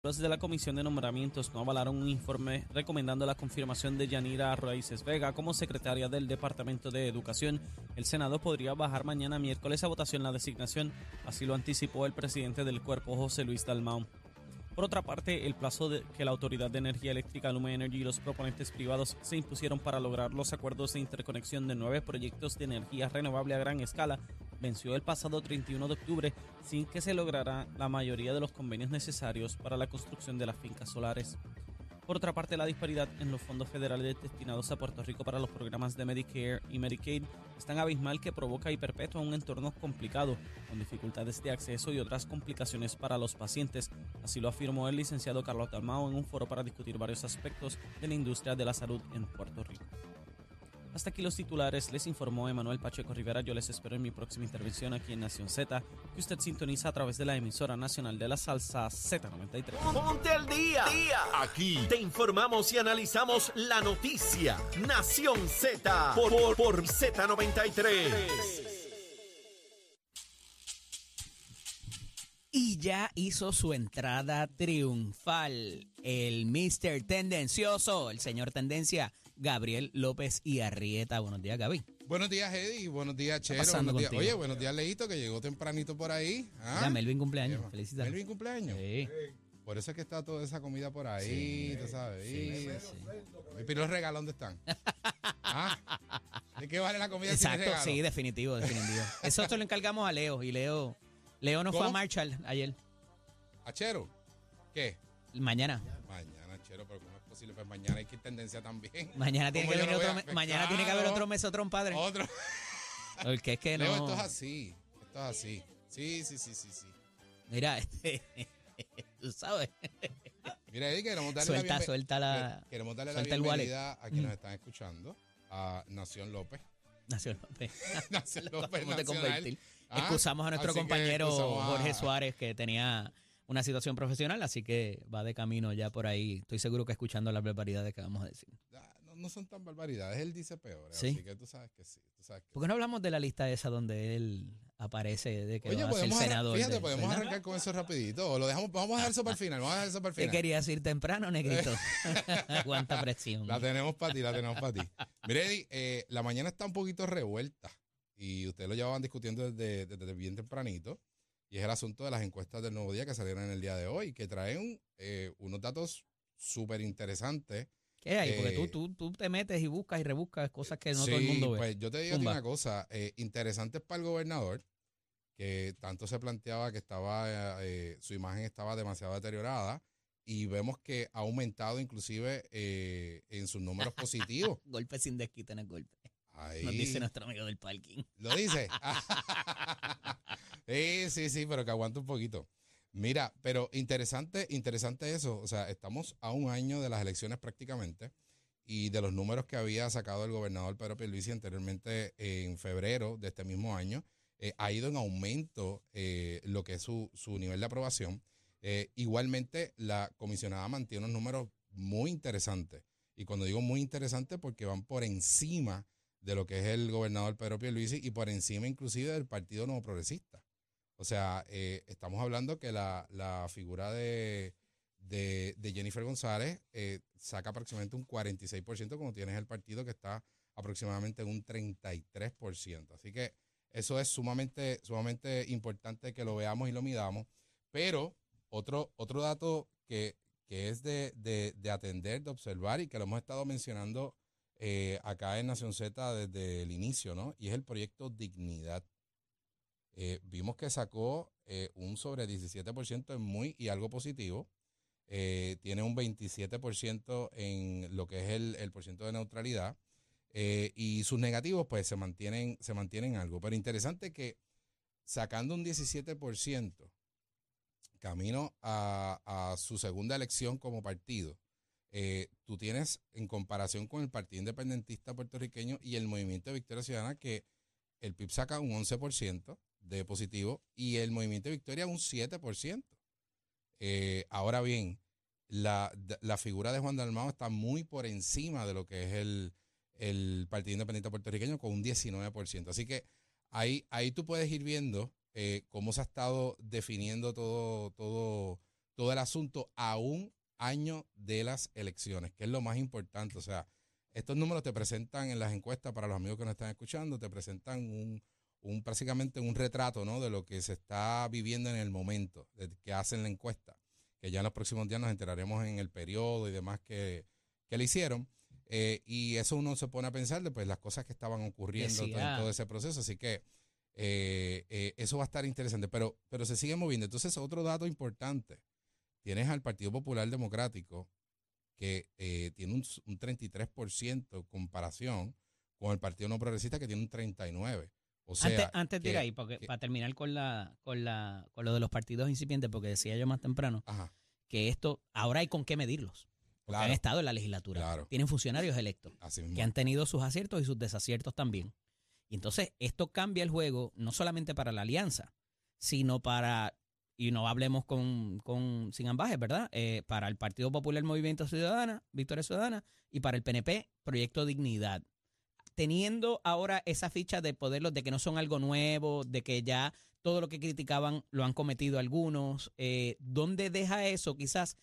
Los de la Comisión de Nombramientos no avalaron un informe recomendando la confirmación de Yanira Raíces Vega como secretaria del Departamento de Educación. El Senado podría bajar mañana miércoles a votación la designación, así lo anticipó el presidente del cuerpo, José Luis Dalmau. Por otra parte, el plazo que la Autoridad de Energía Eléctrica, Lumen Energy y los proponentes privados se impusieron para lograr los acuerdos de interconexión de 9 proyectos de energía renovable a gran escala venció el pasado 31 de octubre sin que se lograra la mayoría de los convenios necesarios para la construcción de las fincas solares. Por otra parte, la disparidad en los fondos federales destinados a Puerto Rico para los programas de Medicare y Medicaid es tan abismal que provoca y perpetúa un entorno complicado, con dificultades de acceso y otras complicaciones para los pacientes. Así lo afirmó el licenciado Carlos Dalmau en un foro para discutir varios aspectos de la industria de la salud en Puerto Rico. Hasta aquí los titulares, les informó Emanuel Pacheco Rivera. Yo les espero en mi próxima intervención aquí en Nación Z, que usted sintoniza a través de la emisora nacional de la salsa Z93. Ponte al día. Aquí te informamos y analizamos la noticia. Nación Z por Z93. Y ya hizo su entrada triunfal el Mr. Tendencioso, el señor Tendencia, Gabriel López y Arrieta. Buenos días, Gaby. Buenos días, Eddie. Buenos días, Chero. pasando Buenos días. contigo? Oye, buenos días, Leito, que llegó tempranito por ahí. Mira, Melvin cumpleaños. Felicidades. Melvin cumpleaños. Sí. Por eso es que está toda esa comida por ahí, Sí. tú sabes. Sí. Pero los regalos, ¿dónde están? ¿Ah? ¿De qué vale la comida sin Exacto, regalo? sí, definitivo. Eso se lo encargamos a Leo. Y Leo no fue ¿Cómo? a Marshall ayer. ¿A Chero? ¿Qué? Mañana. Mañana, Chero, pero ¿cómo es posible? Pues mañana hay que ir tendencia también. Mañana tiene Como que yo venir lo otro. vea, pues Mañana tiene que haber claro. otro mesotron, padre. Otro. Porque es que no. Leo, esto es así. Esto es así. Sí. Mira, tú sabes. Mira, Eddie, queremos darle queremos darle la suelta el wallet. bienvenida a quienes nos están escuchando. A Nación López. Nación López. Nación Lo López acabamos de Nacional. convertir. Ah, Excusamos a nuestro así que compañero excusamos a- Jorge Suárez, que tenía una situación profesional, así que va de camino ya por ahí. Estoy seguro que escuchando las barbaridades que vamos a decir. No son tan barbaridades, él dice peor. ¿Sí? Así que tú sabes que sí. ¿Por qué no hablamos de la lista esa donde él aparece de que Oye, va a ser senador? fíjate, podemos arrancar con eso rapidito. O lo dejamos, vamos a dejar eso para el final. ¿Qué querías ir temprano, negrito? Aguanta presión. La tenemos para ti. Mire, Eddie, la mañana está un poquito revuelta. Y ustedes lo llevaban discutiendo desde bien tempranito. Y es el asunto de las encuestas del Nuevo Día que salieron en el día de hoy, que traen unos datos súper interesantes. ¿Qué hay? Porque tú te metes y buscas y rebuscas cosas que no Sí, todo el mundo ve. pues yo te digo a ti Zumba. una cosa, interesante para el gobernador, que tanto se planteaba que estaba su imagen estaba demasiado deteriorada, y vemos que ha aumentado inclusive en sus números positivos. Golpe sin desquite en el golpe. Ahí. Nos dice nuestro amigo del parking. ¿Lo dice? Sí, pero que aguante un poquito. Mira, pero interesante eso. O sea, estamos a un año de las elecciones prácticamente y de los números que había sacado el gobernador Pedro Pierluisi anteriormente en febrero de este mismo año. Ha ido en aumento lo que es su nivel de aprobación. Igualmente, la comisionada mantiene unos números muy interesantes. Y cuando digo muy interesantes, porque van por encima de lo que es el gobernador Pedro Pierluisi y por encima inclusive del Partido Nuevo Progresista. O sea, estamos hablando que la figura de Jennifer González saca aproximadamente un 46%, como tienes el partido que está aproximadamente en un 33%. Así que eso es sumamente importante que lo veamos y lo midamos. Pero otro dato que es de atender, de observar y que lo hemos estado mencionando acá en Nación Z desde el inicio, ¿no? Y es el proyecto Dignidad. Vimos que sacó un sobre 17% en muy y algo positivo. Tiene un 27% en lo que es el porciento de neutralidad. Y sus negativos, pues, se mantienen algo. Pero interesante que sacando un 17%, camino a su segunda elección como partido, tú tienes, en comparación con el Partido Independentista Puertorriqueño y el Movimiento de Victoria Ciudadana, que el PIB saca un 11% de positivo y el Movimiento de Victoria un 7%. Ahora bien, la figura de Juan Dalmau está muy por encima de lo que es el Partido Independiente Puertorriqueño con un 19%. Así que ahí tú puedes ir viendo cómo se ha estado definiendo todo todo el asunto a un año de las elecciones, que es lo más importante. O sea, estos números te presentan en las encuestas, para los amigos que nos están escuchando, te presentan prácticamente un retrato, ¿no?, de lo que se está viviendo en el momento, de que hacen la encuesta, que ya en los próximos días nos enteraremos en el periodo y demás que le hicieron. Y eso uno se pone a pensar de pues, las cosas que estaban ocurriendo en todo ese proceso. Así que eso va a estar interesante, pero se sigue moviendo. Entonces, otro dato importante, tienes al Partido Popular Democrático que tiene un 33% comparación con el Partido No Progresista, que tiene un 39%. O sea, antes de ir ahí, porque para terminar con lo de los partidos incipientes, porque decía yo más temprano, ajá, que esto, ahora hay con qué medirlos. Porque claro, han estado en la legislatura. Claro. Tienen funcionarios electos Así mismo. que han tenido sus aciertos y sus desaciertos también. Y entonces esto cambia el juego no solamente para la alianza, sino para, y no hablemos sin ambajes, ¿verdad? Para el Partido Popular Movimiento Ciudadana, Victoria Ciudadana, y para el PNP, Proyecto Dignidad. Teniendo ahora esa ficha de poderlos, de que no son algo nuevo, de que ya todo lo que criticaban lo han cometido algunos, ¿dónde deja eso quizás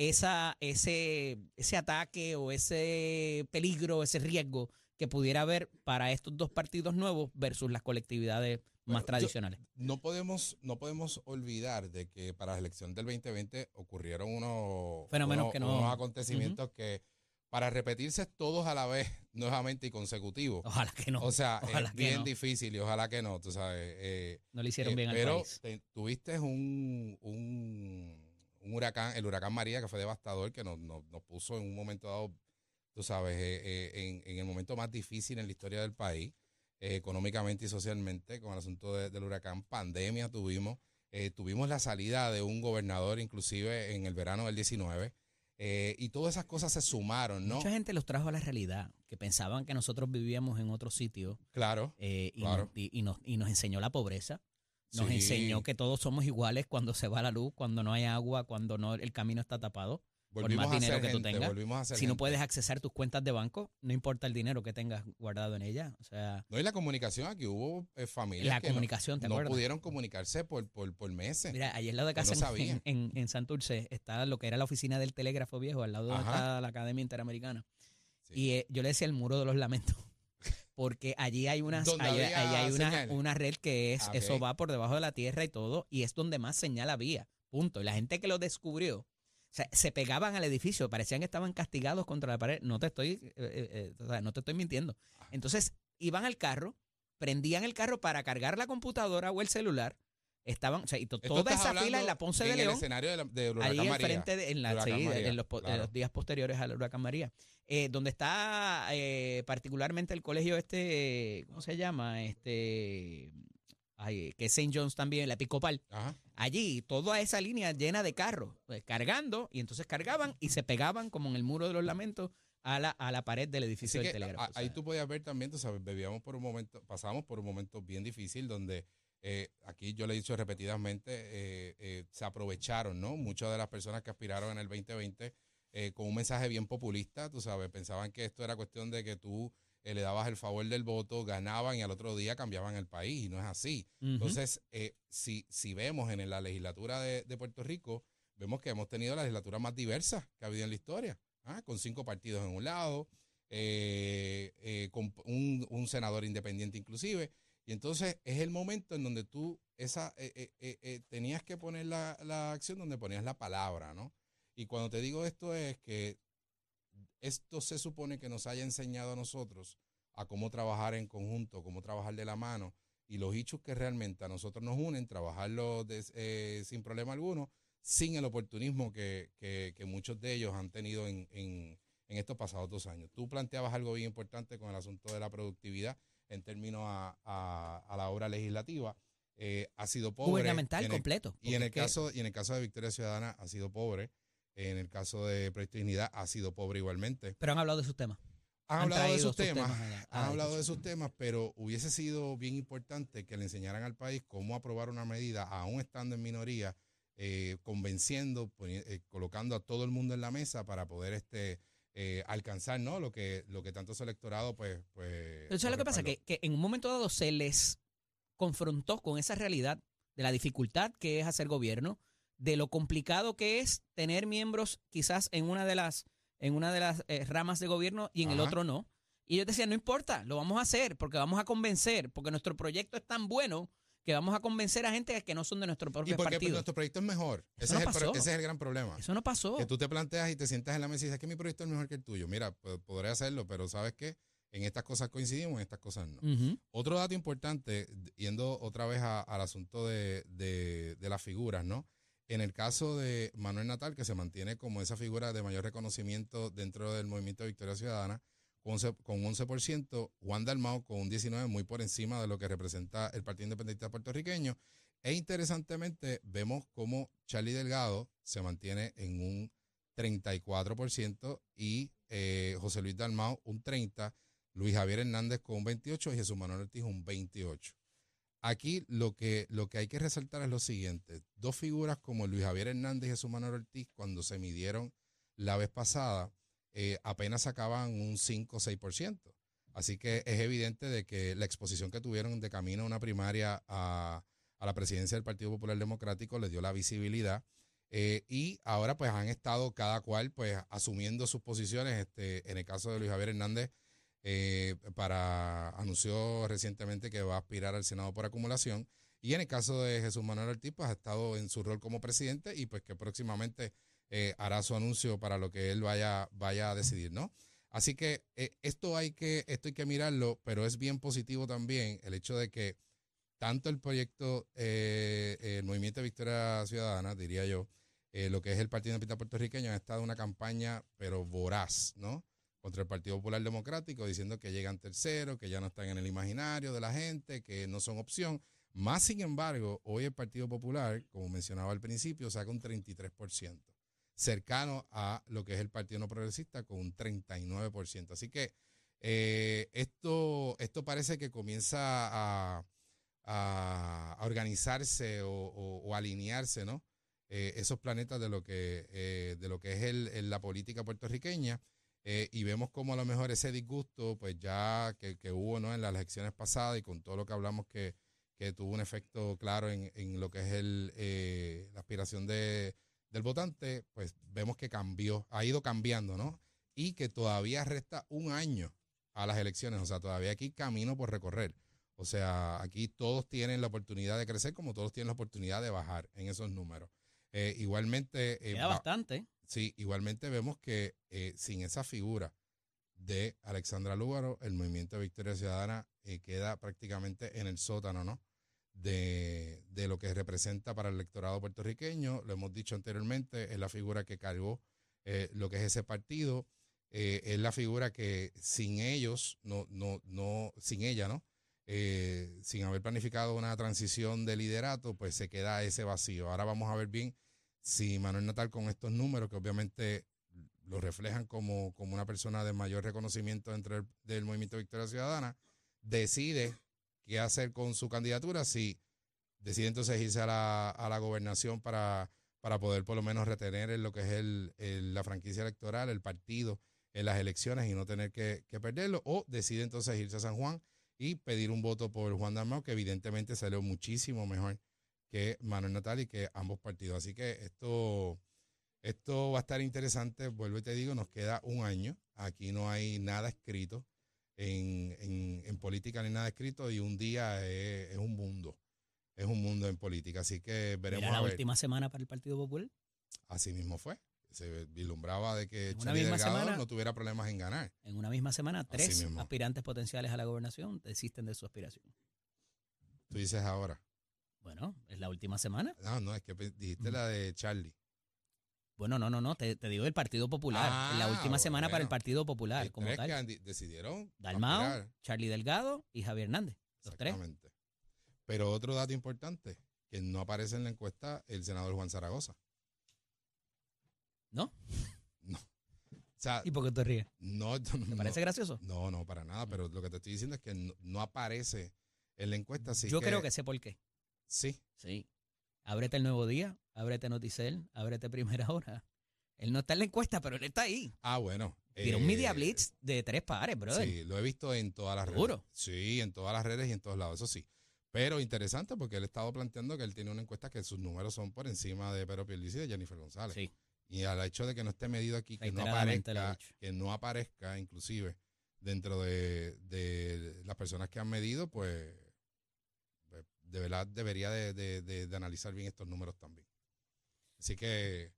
ese ataque o ese peligro, ese riesgo que pudiera haber para estos dos partidos nuevos versus las colectividades más tradicionales? No podemos olvidar de que para la elección del 2020 ocurrieron unos acontecimientos que para repetirse todos a la vez, nuevamente y consecutivos. Ojalá que no. O sea, es bien no. difícil y ojalá que no, tú sabes. No le hicieron bien al país. Pero tuviste un huracán, el huracán María, que fue devastador, que nos puso en un momento dado, tú sabes, en el momento más difícil en la historia del país, económicamente y socialmente, con el asunto del huracán. Pandemia tuvimos la salida de un gobernador, inclusive en el verano del 19, y todas esas cosas se sumaron, ¿no? Mucha gente los trajo a la realidad, que pensaban que nosotros vivíamos en otro sitio. Claro, claro. Y nos enseñó la pobreza. Nos Sí. enseñó que todos somos iguales cuando se va la luz, cuando no hay agua, cuando no el camino está tapado. Volvimos por más dinero que tú gente, tengas. volvimos a ser Si no gente. puedes accesar tus cuentas de banco, no importa el dinero que tengas guardado en ella. O sea, No, y la comunicación, aquí hubo familias la que comunicación, ¿te no acuerdas? pudieron comunicarse por meses. Mira, ahí al lado de que casa no sabían. en Santurce está lo que era la oficina del telégrafo viejo, al lado de donde Ajá. está la Academia Interamericana. Sí. Y yo le decía el muro de los lamentos, porque allí hay Donde allí había hay señal. una red que es, Ah, ok. eso va por debajo de la tierra y todo, y es donde más señal había, punto. Y la gente que lo descubrió, o sea, se pegaban al edificio, parecían que estaban castigados contra la pared. No te estoy mintiendo. Entonces, iban al carro, prendían el carro para cargar la computadora o el celular. Estaban, o sea, y Esto toda estás esa fila en la hablando Ponce de en León. el escenario del huracán Allí al María. frente, Huracán María, en los claro. días posteriores al huracán María. Donde está particularmente el colegio ¿cómo se llama? Que es St. John's también, la Episcopal. Ajá. Allí, toda esa línea llena de carros, cargando, y entonces cargaban y se pegaban como en el muro de los lamentos a la pared del edificio Así del que telégrafo. ahí tú podías ver también, tú sabes, pasamos por un momento bien difícil donde aquí yo le he dicho repetidamente, se aprovecharon, ¿no? Muchas de las personas que aspiraron en el 2020 con un mensaje bien populista, tú sabes, pensaban que esto era cuestión de que tú le dabas el favor del voto, ganaban y al otro día cambiaban el país, y no es así. Ujú. Entonces, si vemos en la legislatura de Puerto Rico, vemos que hemos tenido la legislatura más diversa que ha habido en la historia, con 5 partidos en un lado, con un senador independiente inclusive, y entonces es el momento en donde tú tenías que poner la acción donde ponías la palabra, ¿no? Y cuando te digo esto es que esto se supone que nos haya enseñado a nosotros a cómo trabajar en conjunto, cómo trabajar de la mano, y los hechos que realmente a nosotros nos unen, trabajarlo sin problema alguno, sin el oportunismo que muchos de ellos han tenido en estos pasados 2 años. Tú planteabas algo bien importante con el asunto de la productividad en términos a la obra legislativa. Ha sido pobre. Gubernamental completo. Y en el porque caso de Victoria Ciudadana ha sido pobre. En el caso de Proyecto Dignidad ha sido pobre igualmente. Pero han hablado de sus temas. Han hablado de traído sus temas, allá. han hablado de sus temas, pero hubiese sido bien importante que le enseñaran al país cómo aprobar una medida, aún estando en minoría, convenciendo, colocando a todo el mundo en la mesa para poder alcanzar, ¿no? lo que tanto su electorado pues Pero ¿sabes lo que pasa? Que en un momento dado se les confrontó con esa realidad de la dificultad que es hacer gobierno, de lo complicado que es tener miembros quizás en una de las ramas de gobierno y en el otro no. Y ellos decían, no importa, lo vamos a hacer porque vamos a convencer, porque nuestro proyecto es tan bueno que vamos a convencer a gente que no son de nuestro propio partido. Y porque nuestro proyecto es mejor. Ese es el gran problema. Eso no pasó. Que tú te planteas y te sientas en la mesa y dices que mi proyecto es mejor que el tuyo. Mira, podré hacerlo, pero ¿sabes qué? En estas cosas coincidimos, en estas cosas no. Otro dato importante, yendo otra vez al asunto de las figuras, ¿no? En el caso de Manuel Natal, que se mantiene como esa figura de mayor reconocimiento dentro del movimiento de Victoria Ciudadana, con 11%, Juan Dalmau con un 19%, muy por encima de lo que representa el Partido Independentista Puertorriqueño. E interesantemente, vemos cómo Charlie Delgado se mantiene en un 34% y José Luis Dalmau un 30%, Luis Javier Hernández con un 28% y Jesús Manuel Ortiz un 28%. Aquí lo que hay que resaltar es lo siguiente. Dos figuras como Luis Javier Hernández y Jesús Manuel Ortiz, cuando se midieron la vez pasada, apenas sacaban un 5 o 6%. Así que es evidente de que la exposición que tuvieron de camino a una primaria a la presidencia del Partido Popular Democrático les dio la visibilidad. Y ahora pues han estado cada cual pues asumiendo sus posiciones. En el caso de Luis Javier Hernández, anunció recientemente que va a aspirar al Senado por acumulación, y en el caso de Jesús Manuel Ortiz pues ha estado en su rol como presidente y pues que próximamente hará su anuncio para lo que él vaya a decidir, ¿no? Así que esto hay que mirarlo, pero es bien positivo también el hecho de que tanto el proyecto, el Movimiento de Victoria Ciudadana, diría yo, lo que es el Partido Independentista Puertorriqueño, ha estado en una campaña pero voraz, ¿no?, contra el Partido Popular Democrático, diciendo que llegan terceros, que ya no están en el imaginario de la gente, que no son opción. Más sin embargo, hoy el Partido Popular, como mencionaba al principio, saca un 33%, cercano a lo que es el Partido No Progresista con un 39%. Así que esto parece que comienza a organizarse o alinearse, ¿no? Esos planetas de lo que es la política puertorriqueña. Y vemos como a lo mejor ese disgusto, pues ya que hubo, ¿no?, en las elecciones pasadas y con todo lo que hablamos que tuvo un efecto claro en lo que es la aspiración del votante, pues vemos que ha ido cambiando, ¿no? Y que todavía resta un año a las elecciones, o sea, todavía aquí camino por recorrer. O sea, aquí todos tienen la oportunidad de crecer como todos tienen la oportunidad de bajar en esos números. Igualmente... queda bastante. Sí, igualmente vemos que sin esa figura de Alexandra Lúgaro, el Movimiento de Victoria Ciudadana queda prácticamente en el sótano, ¿no?, de lo que representa para el electorado puertorriqueño. Lo hemos dicho anteriormente, es la figura que cargó lo que es ese partido, es la figura que sin ellos, sin ella, ¿no?, sin haber planificado una transición de liderato, pues se queda ese vacío. Ahora vamos a ver bien si Manuel Natal, con estos números que obviamente lo reflejan como una persona de mayor reconocimiento dentro del Movimiento de Victoria Ciudadana, decide qué hacer con su candidatura, si decide entonces irse a la gobernación para poder por lo menos retener en lo que es la franquicia electoral, el partido en las elecciones y no tener que perderlo, o decide entonces irse a San Juan y pedir un voto por Juan Dalmau, que evidentemente salió muchísimo mejor que Manuel Natal y que ambos partidos. Así que esto va a estar interesante. Vuelvo y te digo, nos queda un año. Aquí no hay nada escrito en política, ni nada escrito, y un día es un mundo. Es un mundo en política. Así que veremos. ¿Era la última semana para el Partido Popular? Así mismo fue. Se vislumbraba de que Charlie Delgado no tuviera problemas en ganar. En una misma semana, 3 aspirantes potenciales a la gobernación desisten de su aspiración. Tú dices ahora. Bueno, es la última semana. No, es que dijiste la de Charlie. Bueno, no, te digo del Partido Popular. En la última semana para el Partido Popular, como tal. Que decidieron Dalmau, Charlie Delgado y Javier Hernández, los 3. Exactamente. Pero otro dato importante, que no aparece en la encuesta, el senador Juan Zaragoza. ¿No? No. O sea, ¿y por qué te ríes? No, ¿Te parece gracioso? No, para nada, pero lo que te estoy diciendo es que no aparece en la encuesta. Así yo creo que sé por qué. Sí. Ábrete El Nuevo Día, ábrete Noticel, ábrete Primera Hora. Él no está en la encuesta, pero él está ahí. Ah, bueno. Tiene un Media Blitz de 3 pares, brother. Sí, lo he visto en todas las redes. ¿Seguro? Sí, en todas las redes y en todos lados, eso sí. Pero interesante porque él ha estado planteando que él tiene una encuesta que sus números son por encima de Pedro Pierluisi y de Jennifer González. Sí. Y al hecho de que no esté medido aquí, que Reiteradamente lo he no aparezca inclusive dentro de las personas que han medido, pues de verdad debería de analizar bien estos números también. Así que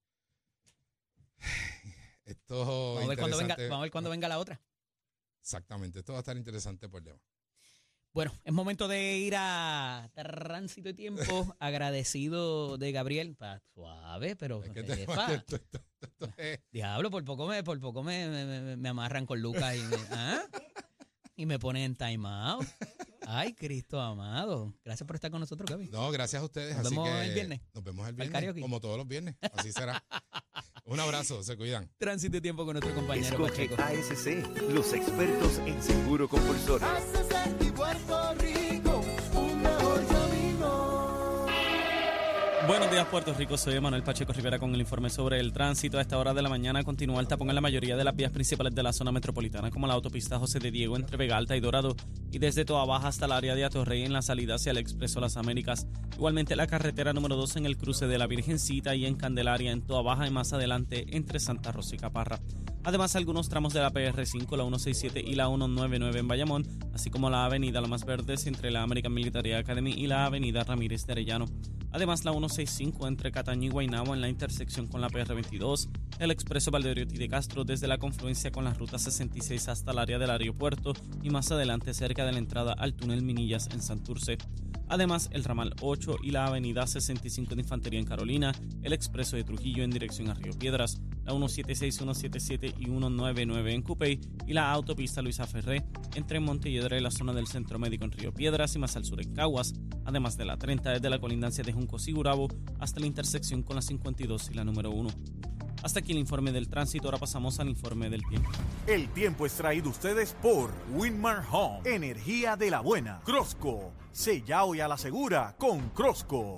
esto vamos a ver cuándo venga la otra. Exactamente, esto va a estar interesante por demás. Bueno, es momento de ir a Tránsito y Tiempo. Agradecido de Gabriel. Suave, pero diablo, por poco me amarran con Lucas y me ponen en time out. Ay, Cristo amado. Gracias por estar con nosotros, Gaby. No, gracias a ustedes. Nos vemos el viernes. Nos vemos el viernes, como todos los viernes. Así será. Un abrazo, se cuidan. Tránsito y Tiempo con nuestro compañero Escoge Pacheco. ASC, los expertos en seguro compulsorio. Buenos días, Puerto Rico. Soy Manuel Pacheco Rivera con el informe sobre el tránsito. A esta hora de la mañana continúa el tapón en la mayoría de las vías principales de la zona metropolitana, como la autopista José de Diego entre Vega Alta y Dorado, y desde Toa Baja hasta el área de Atorrey en la salida hacia el Expreso Las Américas. Igualmente la carretera número 2 en el cruce de la Virgencita y en Candelaria en Toa Baja y más adelante entre Santa Rosa y Caparra. Además, algunos tramos de la PR5, la 167 y la 199 en Bayamón, así como la avenida Lomas Verdes entre la American Military Academy y la avenida Ramírez de Arellano. Además, la 165 entre Cataño y Guaynabo en la intersección con la PR22, el expreso Valdeoriotti de Castro desde la confluencia con la ruta 66 hasta el área del aeropuerto y más adelante cerca de la entrada al túnel Minillas en Santurce. Además, el ramal 8 y la avenida 65 de Infantería en Carolina, el expreso de Trujillo en dirección a Río Piedras, la 176, 177 y 199 en Cupey y la autopista Luisa Ferré entre Montelledra y la zona del Centro Médico en Río Piedras y más al sur en Caguas, además de la 30 desde la colindancia de Juncos y Gurabo hasta la intersección con la 52 y la número 1. Hasta aquí el informe del tránsito, ahora pasamos al informe del tiempo. El tiempo es traído ustedes por Winmar Home, energía de la buena. Crosco, sella hoy a la segura con Crosco.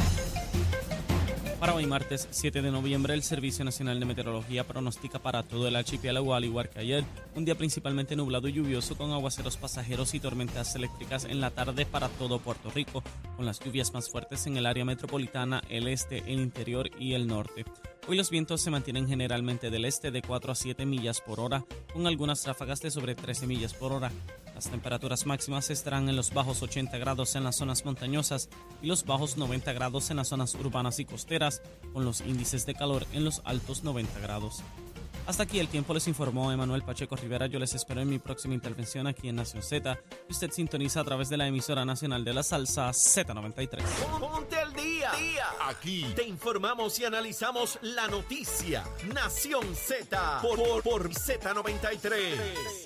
Para hoy martes 7 de noviembre, el Servicio Nacional de Meteorología pronostica para todo el archipiélago, al igual que ayer, un día principalmente nublado y lluvioso con aguaceros pasajeros y tormentas eléctricas en la tarde para todo Puerto Rico, con las lluvias más fuertes en el área metropolitana, el este, el interior y el norte. Hoy los vientos se mantienen generalmente del este de 4 a 7 millas por hora, con algunas ráfagas de sobre 13 millas por hora. Las temperaturas máximas estarán en los bajos 80 grados en las zonas montañosas y los bajos 90 grados en las zonas urbanas y costeras, con los índices de calor en los altos 90 grados. Hasta aquí el tiempo, les informó Emanuel Pacheco Rivera. Yo les espero en mi próxima intervención aquí en Nación Z, que usted sintoniza a través de la emisora nacional de la salsa Z93. Ponte al día. Aquí te informamos y analizamos la noticia. Nación Z por Z93.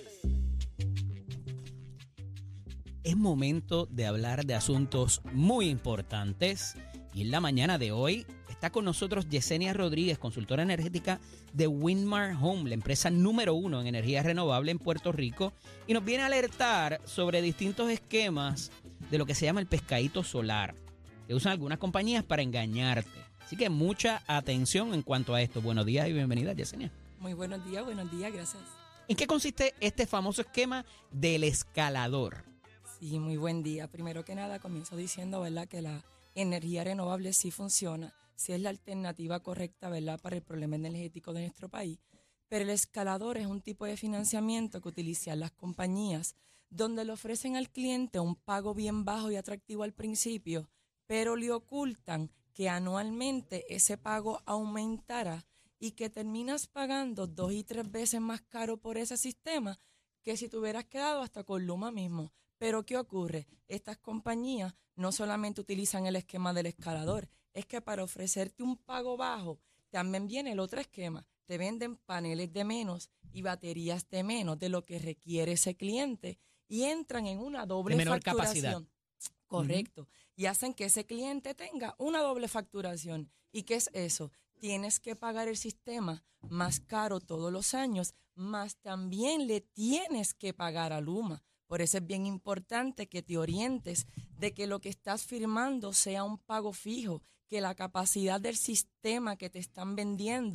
Es momento de hablar de asuntos muy importantes y en la mañana de hoy está con nosotros Yesenia Rodríguez, consultora energética de Winmar Home, la empresa número 1 en energía renovable en Puerto Rico, y nos viene a alertar sobre distintos esquemas de lo que se llama el pescadito solar, que usan algunas compañías para engañarte. Así que mucha atención en cuanto a esto. Buenos días y bienvenida, Yesenia. Muy buenos días, gracias. ¿En qué consiste este famoso esquema del escalador? Sí, muy buen día. Primero que nada, comienzo diciendo, ¿verdad?, que la energía renovable sí funciona, sí es la alternativa correcta, ¿verdad?, para el problema energético de nuestro país. Pero el escalador es un tipo de financiamiento que utilizan las compañías donde le ofrecen al cliente un pago bien bajo y atractivo al principio, pero le ocultan que anualmente ese pago aumentará y que terminas pagando 2 y 3 veces más caro por ese sistema que si te hubieras quedado hasta con Luma mismo. Pero ¿qué ocurre? Estas compañías no solamente utilizan el esquema del escalador, es que para ofrecerte un pago bajo también viene el otro esquema. Te venden paneles de menos y baterías de menos de lo que requiere ese cliente y entran en una doble de menor facturación. Capacidad. Correcto. Y hacen que ese cliente tenga una doble facturación. ¿Y qué es eso? Tienes que pagar el sistema más caro todos los años, más también le tienes que pagar a Luma. Por eso es bien importante que te orientes de que lo que estás firmando sea un pago fijo, que la capacidad del sistema que te están vendiendo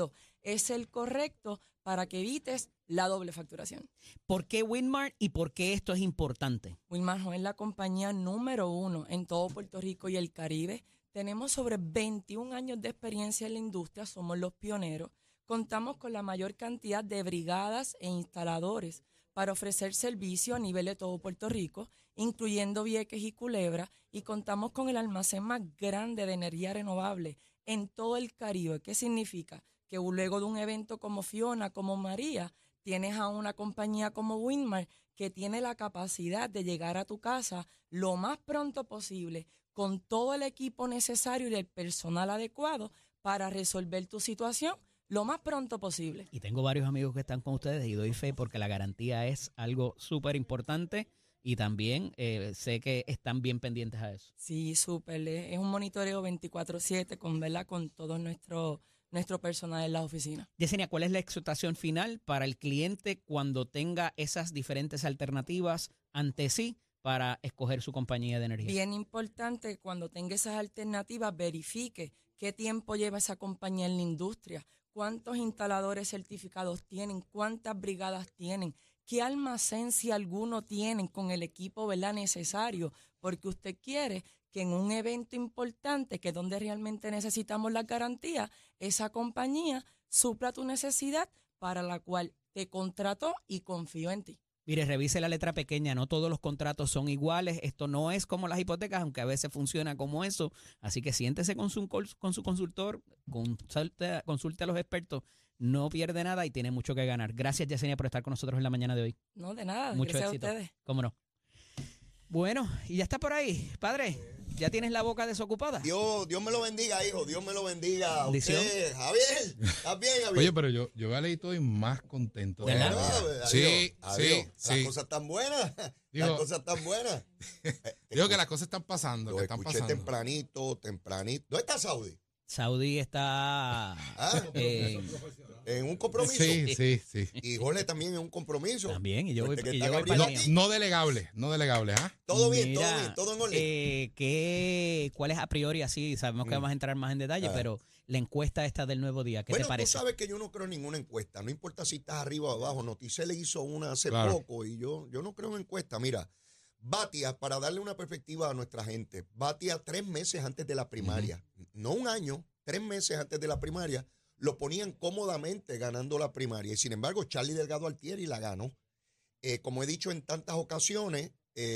es el correcto para que evites la doble facturación. ¿Por qué Winmar y por qué esto es importante? Winmar Home es la compañía número 1 en todo Puerto Rico y el Caribe. Tenemos sobre 21 años de experiencia en la industria, somos los pioneros. Contamos con la mayor cantidad de brigadas e instaladores para ofrecer servicio a nivel de todo Puerto Rico, incluyendo Vieques y Culebra, y contamos con el almacén más grande de energía renovable en todo el Caribe. ¿Qué significa? Que luego de un evento como Fiona, como María, tienes a una compañía como Winmar que tiene la capacidad de llegar a tu casa lo más pronto posible con todo el equipo necesario y el personal adecuado para resolver tu situación lo más pronto posible. Y tengo varios amigos que están con ustedes y doy fe porque la garantía es algo súper importante y también sé que están bien pendientes a eso. Sí, súper. Es un monitoreo 24/7 con todo nuestro personal en las oficinas. Yesenia, ¿cuál es la exhortación final para el cliente cuando tenga esas diferentes alternativas ante sí para escoger su compañía de energía? Bien importante, cuando tenga esas alternativas, verifique qué tiempo lleva esa compañía en la industria, cuántos instaladores certificados tienen, cuántas brigadas tienen, qué almacén, si alguno tienen, con el equipo, ¿verdad?, necesario, porque usted quiere que en un evento importante, que es donde realmente necesitamos la garantía, esa compañía supla tu necesidad para la cual te contrató y confió en ti. Mire, revise la letra pequeña, no todos los contratos son iguales, esto no es como las hipotecas, aunque a veces funciona como eso, así que siéntese con su consultor, consulte a los expertos, no pierde nada y tiene mucho que ganar. Gracias, Yesenia, por estar con nosotros en la mañana de hoy. No, de nada, Mucho gracias éxito. a ustedes. ¿Cómo no? Bueno, y ya está por ahí, padre, ya tienes la boca desocupada. Dios me lo bendiga, hijo. Dios me lo bendiga a Bendición. usted. Javier, ¿estás bien, Javier? Oye, pero yo me leí todo y más contento. ¿Verdad? Adiós, Sí, adiós. sí. Las cosas están buenas. Digo- Las cosas están buenas. Digo que las cosas están pasando, Lo que están escuché pasando. tempranito. ¿Dónde está Saudi? Saudi está En un compromiso. Sí. Y Jorge también en un compromiso. también, y yo voy, Fuerte que y está yo voy Gabriel para aquí. el mío. No delegable, ¿ah? Todo bien, Mira, todo en orden. ¿Cuál es a priori así? Sabemos que vamos a entrar más en detalle, pero la encuesta esta del Nuevo Día, ¿qué Bueno, te parece? tú sabes que yo no creo en ninguna encuesta. No importa si estás arriba o abajo. Noticel le hizo una hace Claro. poco y yo no creo en encuesta. Mira, Batia, para darle una perspectiva a nuestra gente, Batia 3 meses antes de la primaria, no un año, 3 meses antes de la primaria, lo ponían cómodamente ganando la primaria. Y sin embargo, Charlie Delgado Altieri la ganó. Como he dicho en tantas ocasiones,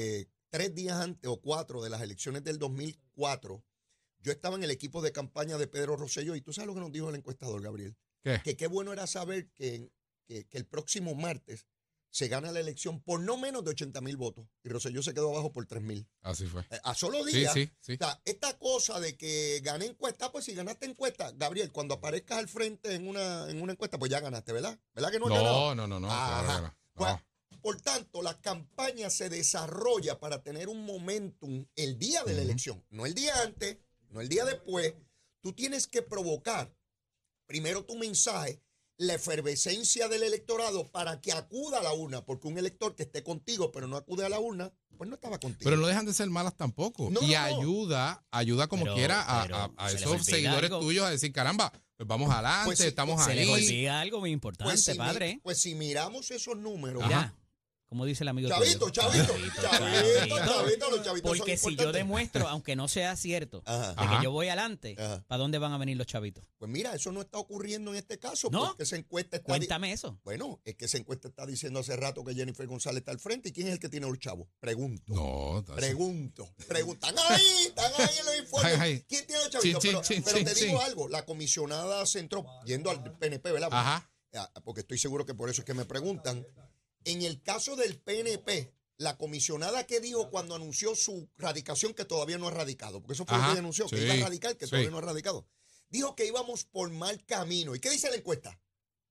3 días antes o 4 de las elecciones del 2004, yo estaba en el equipo de campaña de Pedro Rosselló y tú sabes lo que nos dijo el encuestador, Gabriel. ¿Qué? Que qué bueno era saber que el próximo martes se gana la elección por no menos de 80,000 votos. Y Rosselló se quedó abajo por 3,000. Así fue. A solo Sí, días. sí. O sea, esta cosa de que gané encuesta, pues si ganaste encuesta, Gabriel, cuando aparezcas al frente en una encuesta, pues ya ganaste, ¿verdad? ¿Verdad que no has ganado? No. Ajá. claro que no. Pues, No. por tanto, la campaña se desarrolla para tener un momentum el día de la elección, no el día antes, no el día después. Tú tienes que provocar primero tu mensaje, la efervescencia del electorado para que acuda a la urna, porque un elector que esté contigo pero no acude a la urna, pues no estaba contigo. Pero no dejan de ser malas tampoco. No, y no, no. ayuda como Pero- quiera pero a se les esos olvida seguidores algo. tuyos a decir, caramba, pues vamos adelante, Pues sí, estamos Se les ahí. olvida algo muy importante, pues, padre. Pues si miramos esos números, Mira, como dice el amigo chavito, tuyo. chavito, los chavitos Porque son si yo importantes. demuestro, aunque no sea cierto, Ajá. de Ajá. que yo voy adelante, Ajá. ¿para dónde van a venir los chavitos? Pues mira, eso no está ocurriendo en este caso, ¿No? porque esa encuesta está... Cuéntame eso. Bueno, es que esa encuesta está diciendo hace rato que Jennifer González está al frente. ¿Y quién es el que tiene los chavos? Pregunto. No, Pregunto. Están ahí en los informes. Ay. ¿Quién tiene los chavitos? Chin, Pero te chin. digo algo, la comisionada centro, yendo al PNP, ¿verdad? Ajá. Porque estoy seguro que por eso es que me preguntan. En el caso del PNP, la comisionada que dijo cuando anunció su radicación, que todavía no ha radicado, porque eso fue lo que Ajá, ella anunció, que sí, iba a radicar, que sí. todavía no ha radicado, dijo que íbamos por mal camino. ¿Y qué dice la encuesta?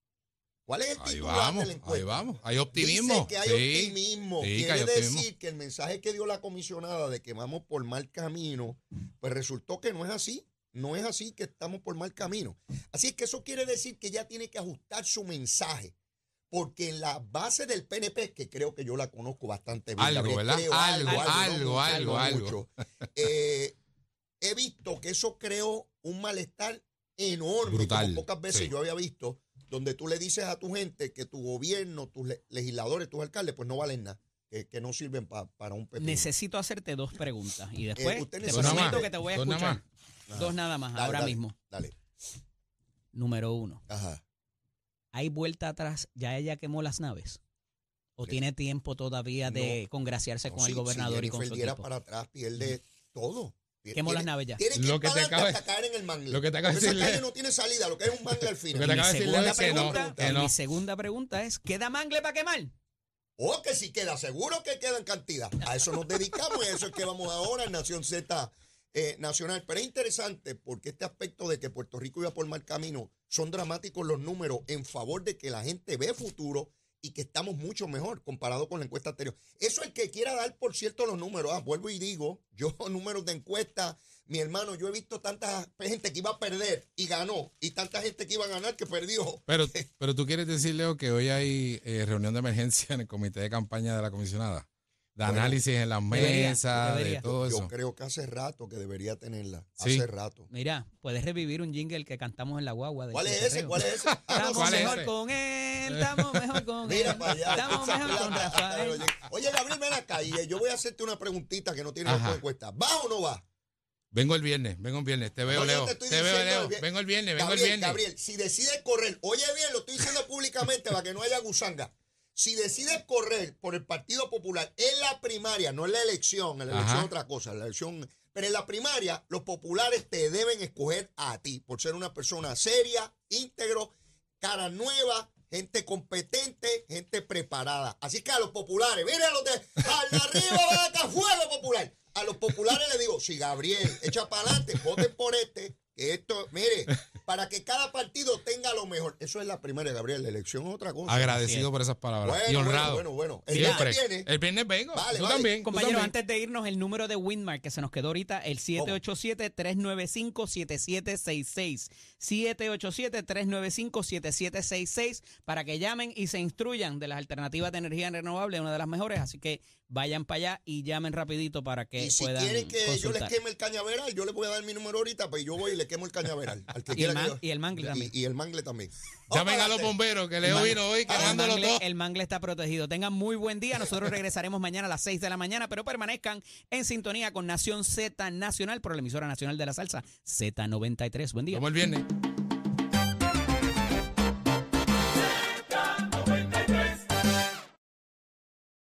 ¿Cuál es el Ahí titular vamos, de la encuesta? ahí vamos. Hay optimismo. Dice que hay Sí, optimismo. sí, que Quiere hay optimismo. decir que el mensaje que dio la comisionada de que vamos por mal camino, pues resultó que no es así. No es así, que estamos por mal camino. Así es que eso quiere decir que ella tiene que ajustar su mensaje. Porque en la base del PNP, que creo que yo la conozco bastante bien. Algo, Gabriel, ¿verdad? creo, Algo. He visto que eso creó un malestar enorme, Brutal, como pocas veces sí. yo había visto, donde tú le dices a tu gente que tu gobierno, tus legisladores, tus alcaldes, pues no valen nada, que no sirven para un pepino. Necesito hacerte 2 preguntas y después usted te necesita- prometo que te voy a Dos nada escuchar. Ajá. 2 nada más, Dale, ahora dale, mismo. Dale. Número 1. Ajá. ¿Hay vuelta atrás? ¿Ya ella quemó las naves? ¿O Sí. tiene tiempo todavía de No. congraciarse con No, el si gobernador y con Jennifer su diera equipo? para atrás, pierde todo. Quemó las naves ya. Tiene que Lo ir que para te adelante acaba- hasta caer en el mangle. lo que te acaba de Porque esa decirle- calle no tiene salida, lo que es un mangle al Lo que final. te acaba de Mi decirle segunda es que no, pregunta, que no. mi segunda pregunta es, ¿queda mangle para quemar? O que si queda, seguro que queda en cantidad. A eso nos dedicamos y a eso es que vamos ahora en Nación Z Nacional. Pero es interesante porque este aspecto de que Puerto Rico iba por mal camino, son dramáticos los números en favor de que la gente ve futuro y que estamos mucho mejor comparado con la encuesta anterior. Eso el que quiera dar, por cierto, los números. Vuelvo y digo, yo números de encuesta, mi hermano, yo he visto tanta gente que iba a perder y ganó, y tanta gente que iba a ganar que perdió. Pero tú quieres decir, Leo, que hoy hay reunión de emergencia en el comité de campaña de la comisionada. De Bueno, análisis en las debería, mesas, de debería. todo eso. Yo creo que hace rato que debería tenerla. Sí. Hace rato. Mira, puedes revivir un jingle que cantamos en la guagua. del ¿Cuál es Chincherreo. ese? ¿Cuál es ese? Estamos ¿Cuál es mejor ese? con él, estamos mejor con él. Mira para allá. Estamos esa mejor con plata. Rafael. Oye, Gabriel, ven acá y yo voy a hacerte una preguntita que no tiene Ajá. otra encuesta. ¿Va o no va? Vengo el viernes. Te veo, No, yo Leo. te estoy Te veo, diciendo Leo. el Vengo el viernes. Gabriel, si decides correr, oye bien, lo estoy diciendo públicamente para que no haya gusanga. Si decides correr por el Partido Popular en la primaria, no en la elección, en la elección Ajá. es otra cosa, en la elección, pero en la primaria los populares te deben escoger a ti por ser una persona seria, íntegro, cara nueva, gente competente, gente preparada. Así que a los populares, miren a los de al arriba, vaca, fuego popular. A los populares les digo, si Gabriel echa para adelante, voten por este, que esto, mire, para que cada partido tenga lo mejor. Eso es la primaria, Gabriel, la elección es otra cosa. Agradecido por esas palabras. Y honrado. Bueno. El Siempre. viernes viene. El viernes vengo. Vale, tú vale. también. Compañero, antes de irnos, el número de Winmark que se nos quedó ahorita, el 787-395-7766. 787-395-7766 para que llamen y se instruyan de las alternativas de energía renovable, una de las mejores. Así que vayan para allá y llamen rapidito para que Y si puedan quieren que consultar. yo les queme el cañaveral, yo les voy a dar mi número ahorita, pues yo voy y le quemo el cañaveral. Al que Y quiera el que man- yo- y el mangle también. Y el mangle también. Llamen Vamos a los adelante. bomberos, que Leo vino hoy quemándolo todo. El mangle está protegido. Tengan muy buen día. Nosotros regresaremos mañana a las 6 de la mañana, pero permanezcan en sintonía con Nación Z Nacional por la emisora nacional de la salsa Z93. Buen día. Como el viernes.